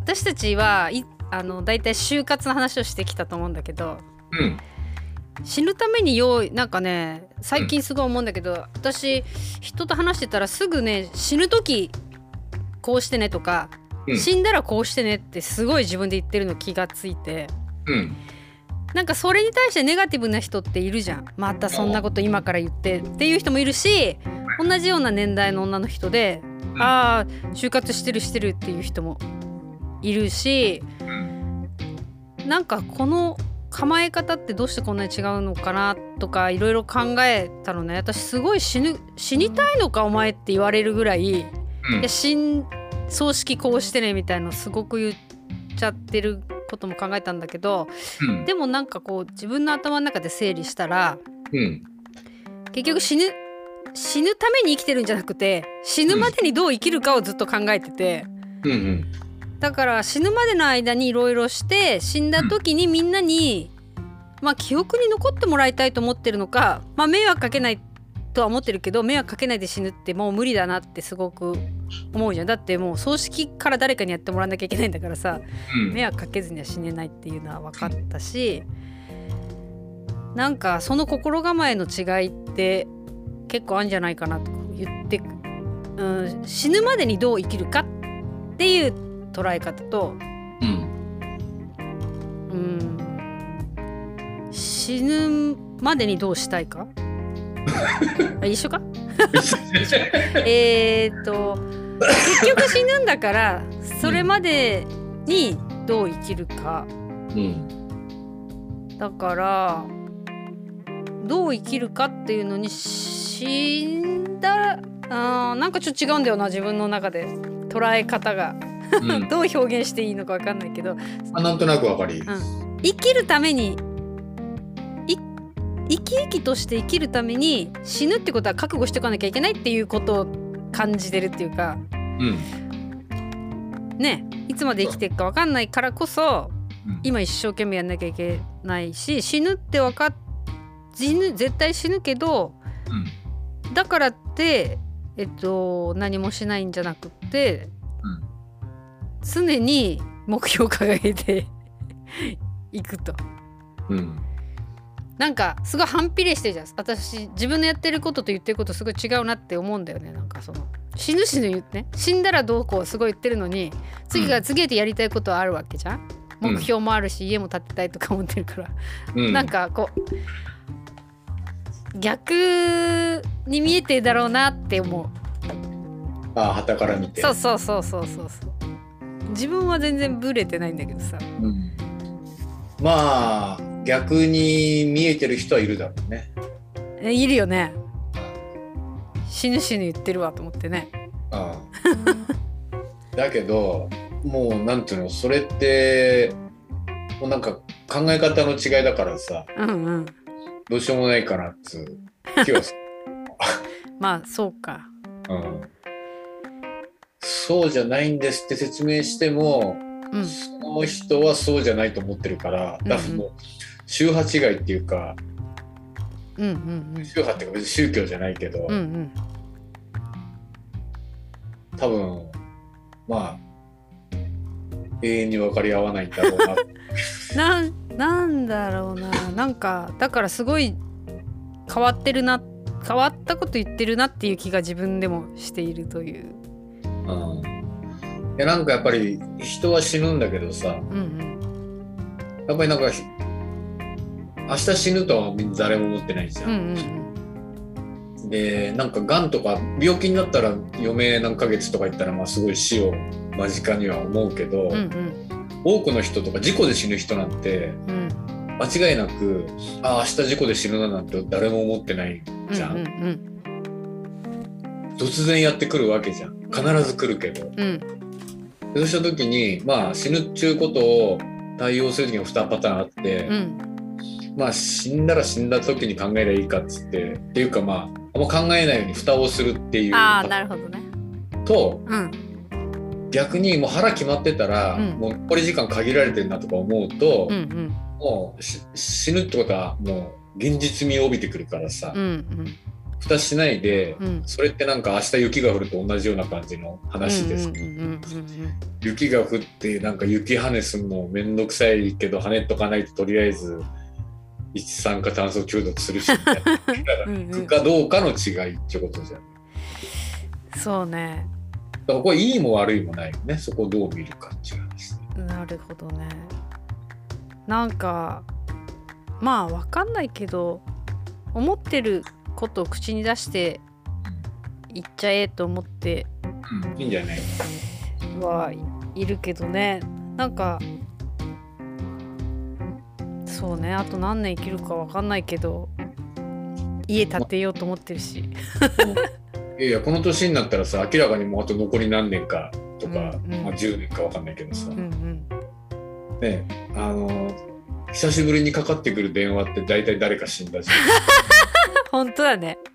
私たちはだいたい就活の話をしてきたと思うんだけど、 うん、 死ぬためになんかね最近すごい思うんだけど、私人と話してたらすぐね死ぬ時こうしてねとか、死んだらこうしてねってすごい自分で言ってるの気がついて、なんかそれに対してネガティブな人っているじゃん。またそんなこと今から言ってっていう人もいるし、同じような年代の女の人でああ就活してるっていう人もいるし、なんかこの構え方ってどうしてこんなに違うのかなとかいろいろ考えたのね。私すごい死にたいのかお前って言われるぐらい、いや葬式こうしてねみたいなのすごく言っちゃってることも考えたんだけど、でもなんかこう自分の頭の中で整理したら、結局死ぬために生きてるんじゃなくて死ぬまでにどう生きるかをずっと考えてて、だから死ぬまでの間にいろいろして死んだ時にみんなに、記憶に残ってもらいたいと思ってるのか、迷惑かけないとは思ってるけど迷惑かけないで死ぬってもう無理だなってすごく思うじゃん。だってもう葬式から誰かにやってもらわなきゃいけないんだからさ、迷惑かけずには死ねないっていうのは分かったし、なんかその心構えの違いって結構あるんじゃないかなと言って、死ぬまでにどう生きるかっていう捉え方と、死ぬまでにどうしたいか一緒か結局死ぬんだからそれまでにどう生きるか、だからどう生きるかっていうのに死んだらなんかちょっと違うんだよな自分の中で捉え方がどう表現していいのか分かんないけど、 なんとなく分かり、 生きるために生き生きとして生きるために死ぬってことは覚悟しておかなきゃいけないっていうことを感じてるっていうか、ね、いつまで生きていくか分かんないからこそ、今一生懸命やんなきゃいけないし、死ぬって絶対死ぬけど、だからって何もしないんじゃなくって、常に目標を掲げていくと、なんかすごい反比例してるじゃん。私自分のやってることと言ってることすごい違うなって思うんだよね。なんかその死ぬ言ってね、死んだらどうこうすごい言ってるのに次へとやりたいことはあるわけじゃん。目標もあるし、家も建てたいとか思ってるから、なんかこう逆に見えてるだろうなって思う。 傍から見て。 そう自分は全然ブレてないんだけどさ、 逆に見えてる人はいるだろうね。 いるよね。死ぬ言ってるわと思ってね。 だけどもうなんていうの、それってもうなんか考え方の違いだからさ、どうしようもないかなっつう気はするそうか、 そうじゃないんですって説明しても、その人はそうじゃないと思ってるから、だからもう宗派違いっていうか、宗派っていうか別に宗教じゃないけど、多分永遠に分かり合わないんだろうななんだろうな、なんかだからすごい変わったこと言ってるなっていう気が自分でもしているという。 いやなんかやっぱり人は死ぬんだけどさ、やっぱりなんか明日死ぬとはみんな誰も思ってないじゃん。でなんかがんとか病気になったら余命何ヶ月とか言ったらすごい死を間近には思うけど、多くの人とか事故で死ぬ人なんて、間違いなく明日事故で死ぬななんて誰も思ってないじゃん。突然やってくるわけじゃん。必ず来るけど、そうした時に死ぬっちゅうことを対応する時には2パターンあって、死んだら死んだ時に考えればいいかっつっていうかあんま考えないように蓋をするっていうなるほどね。 と、逆にもう腹決まってたら、もう残り時間限られてるなとか思うと、もう死ぬってことはもう現実味を帯びてくるからさ、 蓋しないで、それってなんか明日雪が降ると同じような感じの話です。雪が降ってなんか雪跳ねすんのめんどくさいけど跳ねとかないととりあえず一酸化炭素中毒するしみたいなだから行くかどうかの違いってことじゃん。 そうね。 だからこれいいも悪いもないよね。そこをどう見るかっていう話。 なるほどね。なんかまあ分かんないけど思ってることを口に出して言っちゃえと思って、 いいんじゃないはいるけどね。なんかそうね、あと何年生きるか分かんないけど家建てようと思ってるしいやこの年になったらさ、明らかにもうあと残り何年かとか、まあ、10年か分かんないけどさ、ね、久しぶりにかかってくる電話って大体誰か死んだじゃん本当だね。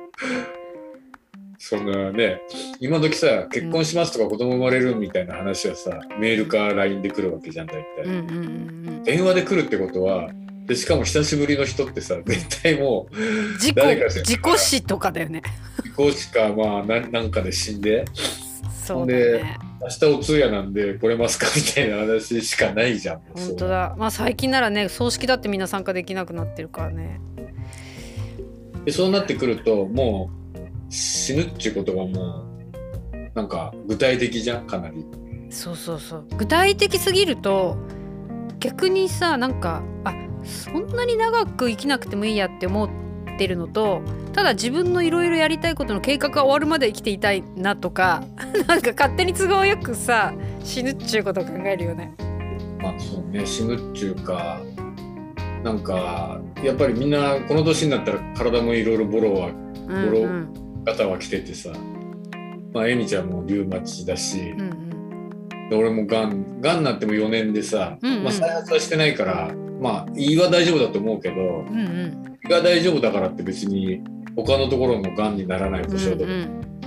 そんなね、今時さ結婚しますとか子供生まれるみたいな話はさ、メールか LINE で来るわけじゃん大体、電話で来るってことはで、しかも久しぶりの人ってさ絶対もう誰か自己死とかだよね。 自己死かまあなんかで死んで、 そうだね、 で明日お通夜なんで来れますかみたいな話しかないじゃん。 本当だ。まあ最近ならね葬式だってみんな参加できなくなってるからね。 でそうなってくるともう死ぬっていうことがもうなんか具体的じゃん、かなり。 そう具体的すぎると逆にさ、なんかそんなに長く生きなくてもいいやって思ってるのと、ただ自分のいろいろやりたいことの計画が終わるまで生きていたいなとかなんか勝手に都合よくさ死ぬっちゅうことを考えるよね。 まあそうね、死ぬっちゅうか、なんかやっぱりみんなこの年になったら体もいろいろボロガタは来ててさ、まあエミちゃんもリウマチだし、で俺もがんになっても4年でさ、まあ、再発はしてないからまあ胃は大丈夫だと思うけど、胃が大丈夫だからって別に他のところのがんにならない保証だと、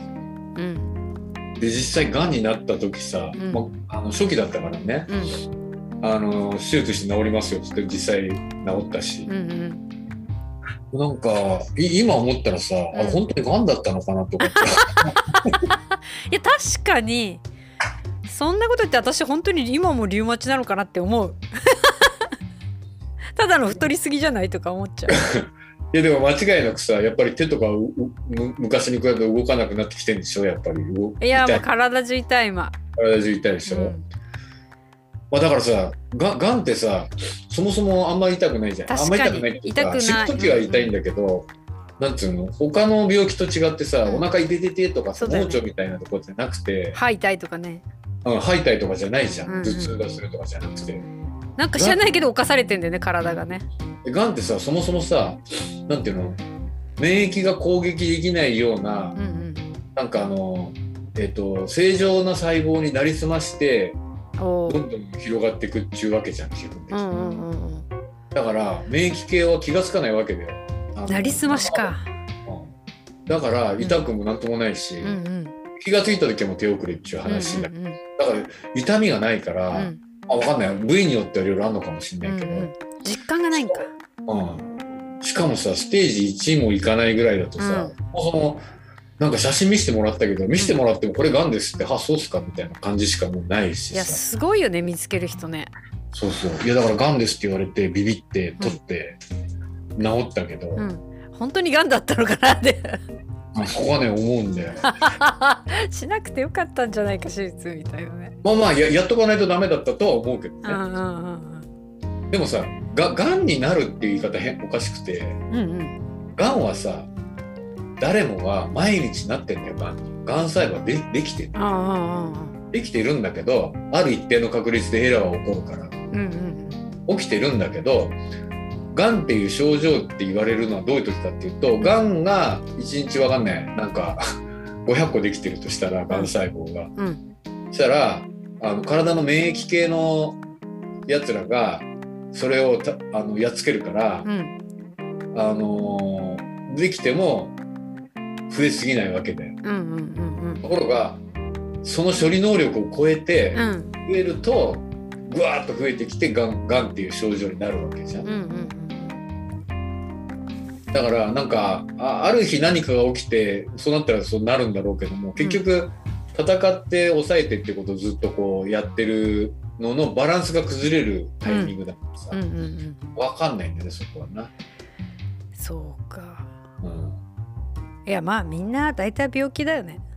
で実際がんになった時さ、初期だったからね、手術して治りますよって実際治ったし、なんか今思ったらさ、本当にがんだったのかなとかいや確かにそんなこと言って私本当に今もリウマチなのかなって思うただの太りすぎじゃないとか思っちゃういやでも間違いなくさ、やっぱり手とか昔に比べて動かなくなってきてるんでしょ、やっぱり。 いやもう体中痛い今。 体中痛いでしょ、まあ、だからさ、がんってさそもそもあんまり痛くないじゃん。あんまり痛くないっていうか、死ぬ時は痛いんだけど、なんつうの、他の病気と違ってさ、お腹痛ててとかさ、盲腸みたいなところじゃなくて、 歯痛いとかね、 歯痛いとかじゃないじゃん、頭痛がするとかじゃなくて、 なんか知らないけど侵されてんだよね体がね。 がんってさ、そもそもさ、なんていうの、免疫が攻撃できないような、なんか正常な細胞になりすましてどんどん広がっていくっていうわけじゃん、基本的に。だから免疫系は気がつかないわけだよ。 なりすましか。 だから痛くもなんともないし、気がついた時はもう手遅れっていう話だ。だから痛みがないから、分かんない、部位によってはいろいろあるのかもしれないけど、 実感がないんか。 しかもさ、ステージ1もいかないぐらいだとさ、そのなんか写真見せてもらったけど、見せてもらってもこれがんですって、そうっすかみたいな感じしかもうないしさ。 いやすごいよね、見つける人ね。 そういやだからがんですって言われてビビって取って治ったけど、 本当にがんだったのかなってそこはね思うんだよしなくてよかったんじゃないか手術みたいなね。 まあやっとかないとダメだったとは思うけどね。でもさ、がんになるっていう言い方おかしくて、がんはさ誰もが毎日なってんだよ。がん細胞はできてる、できてるんだけど、ある一定の確率でエラーは起こるから、起きてるんだけど、がんっていう症状って言われるのはどういう時かっていうと、がんが1日わかんない、なんか500個できてるとしたら、がん細胞が、そしたら体の免疫系のやつらがそれをやっつけるから、できても増えすぎないわけで、ところがその処理能力を超えて増えると、ぐわーっと増えてきてがんっていう症状になるわけじゃん。 だからなんかある日何かが起きてそうなったらそうなるんだろうけども、結局戦って抑えてってことをずっとこうやってるののバランスが崩れるタイミングだからさ、分かんないんだよね、そこはな。 そうか、いやまあみんな大体病気だよね。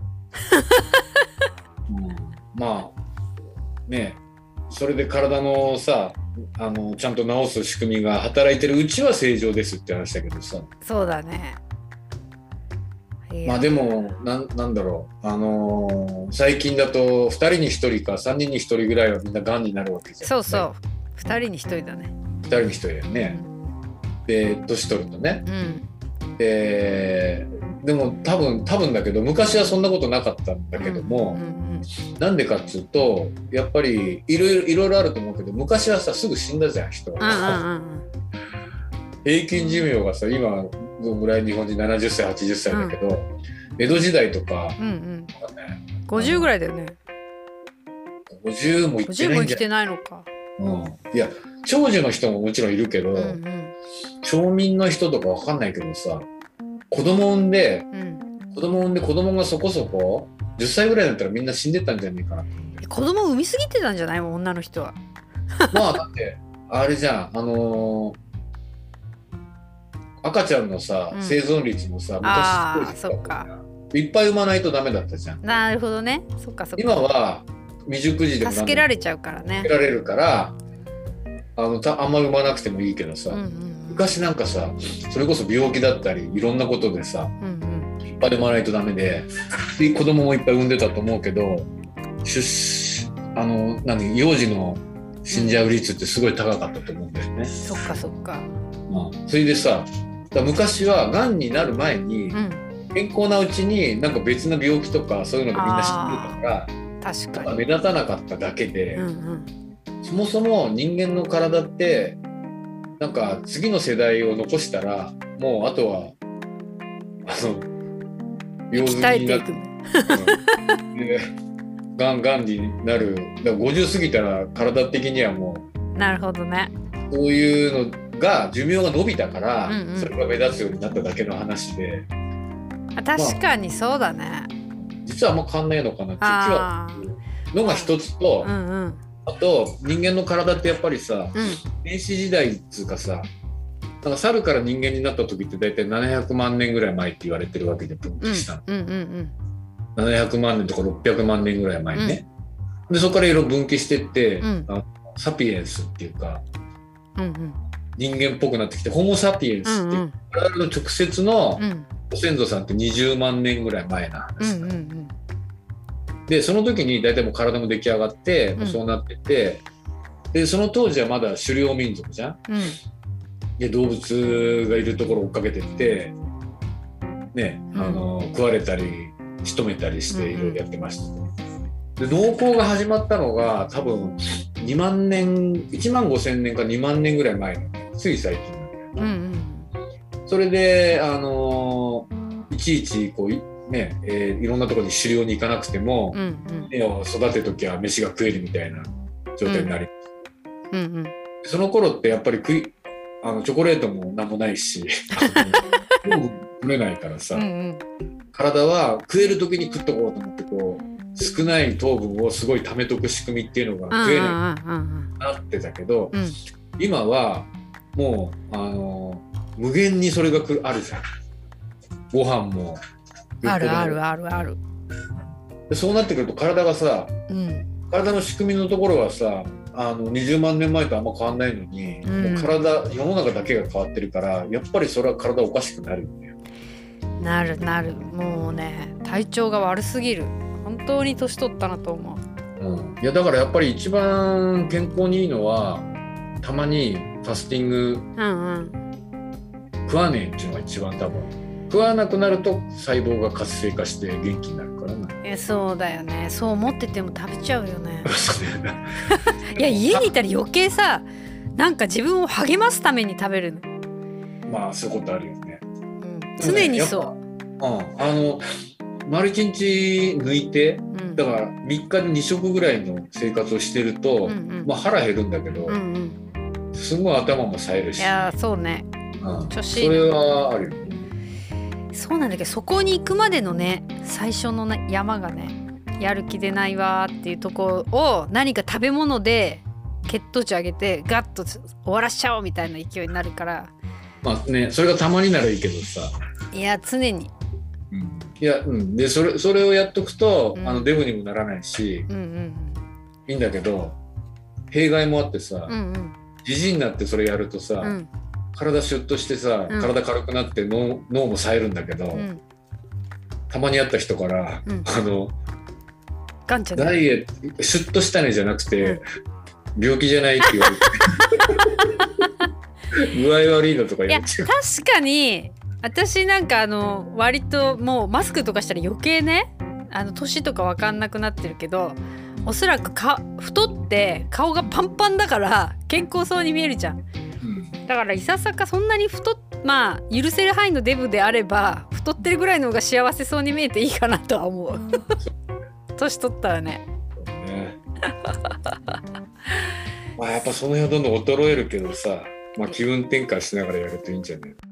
まあね、それで体のさちゃんと治す仕組みが働いてるうちは正常ですって話だけどさ。 そうだね。 まあでもなんだろう、最近だと2人に1人か3人に1人ぐらいはみんながんになるわけじゃん。 そうそう、2人に1人だね。 2人に1人だよね。で年取るとね、でも多分だけど昔はそんなことなかったんだけども、なんでかっつうとやっぱりいろいろあると思うけど、昔はさすぐ死んだじゃん人は。平均寿命がさ今どのぐらい日本人70歳80歳だけど、江戸時代とか、 50ぐらいだよね。 50もいってないんじゃない？50も生きてないのか。 いや長寿の人ももちろんいるけど、町民の人とかわかんないけどさ、子供産んで子供がそこそこ10歳ぐらいだったらみんな死んでたんじゃないかなって。 子供産みすぎてたんじゃないもん女の人は。 まあだってあれじゃん、赤ちゃんのさ、生存率もさ昔すごい低かったから、いっぱい産まないとダメだったじゃん。 なるほどね。そっかそっか。 今は未熟児でも助けられちゃうからね。 助けられるからあんま産まなくてもいいけどさ、昔なんかさそれこそ病気だったりいろんなことでさ、いっぱい産まないとダメで子供もいっぱい産んでたと思うけど、幼児の死んじゃう率ってすごい高かったと思うんだよね。 そっかそっか。 それでさ昔はがんになる前に、健康なうちになんか別の病気とかそういうのでみんな知ってるから確かに目立たなかっただけで、そもそも人間の体ってなんか次の世代を残したらもうあとは病気になってがんになる。だから50過ぎたら体的にはもうなるほどね、 そういうのが寿命が伸びたから、それが目立つようになっただけの話で、 確かにそうだね、 実はあんま変わんないのかなっていう気はのが一つと、あと人間の体ってやっぱりさ、原始時代っつうかさ、なんか猿から人間になった時って大体700万年ぐらい前って言われてるわけで分岐したの、700万年とか600万年ぐらい前ね、でそこからいろいろ分岐してって、サピエンスっていうか、人間っぽくなってきてホモ・サピエンスっていう、我々の直接のご先祖さんって20万年ぐらい前の話だ、でその時に大体もう体も出来上がって、もうそうなってて、でその当時はまだ狩猟民族じゃん、で動物がいるところを追っかけてってね、食われたり仕留めたりしていろいろやってました、で農耕が始まったのが多分2万年1万5000年か2万年ぐらい前の、つい最近なんだよな、それでいちいちこうね、いろんなところに狩猟に行かなくても、根を育てときは飯が食えるみたいな状態になります、その頃ってやっぱりチョコレートも何もないし食えないからさ、体は食える時に食っとこうと思ってこう少ない糖分をすごい貯めとく仕組みっていうのが食えないなってたけど、今はもう無限にそれがあるじゃん。ご飯もあるでそうなってくると体がさ、体の仕組みのところはさ20万年前とあんま変わんないのに、もう世の中だけが変わってるからやっぱりそれは体おかしくなるんだよ。 なるもうね体調が悪すぎる。本当に年取ったなと思う、 いやだからやっぱり一番健康にいいのはたまにファスティング、食わねえっていうのが一番多分。食わなくなると細胞が活性化して元気になるからな。 そうだよね。そう思ってても食べちゃうよねいや家にいたら余計さ、なんか自分を励ますために食べるの。 まあそういうことあるよね、 常にそう、 丸一日抜いて、だから3日で2食ぐらいの生活をしてると、まあ腹減るんだけど、すごい頭も冴えるし。 いやそうね。 調子いい。 それはあるよ。 そうなんだけど、そこに行くまでのね最初の、ね、山がね、やる気出ないわっていうとこを何か食べ物で血糖値上げてガッと終わらしちゃおうみたいな勢いになるから。 まあね、それがたまにならいいけどさ。 いや常に。 いや、でそれをやっとくと、デブにもならないし、いいんだけど、弊害もあってさ、じじいになってそれやるとさ、体シュッとしてさ、体軽くなって脳も冴えるんだけど、たまに会った人から、ダイエットシュッとしたねじゃなくて、病気じゃないって言われて具合悪いのとか言われて。 いや確かに私なんか割ともうマスクとかしたら余計ね、年とか分かんなくなってるけど、おそらく太って顔がパンパンだから健康そうに見えるじゃん。だからいささかそんなにまあ許せる範囲のデブであれば太ってるぐらいの方が幸せそうに見えていいかなとは思う年取ったらね。 まあやっぱその辺はどんどん衰えるけどさ、まあ気分転換しながらやるといいんじゃない。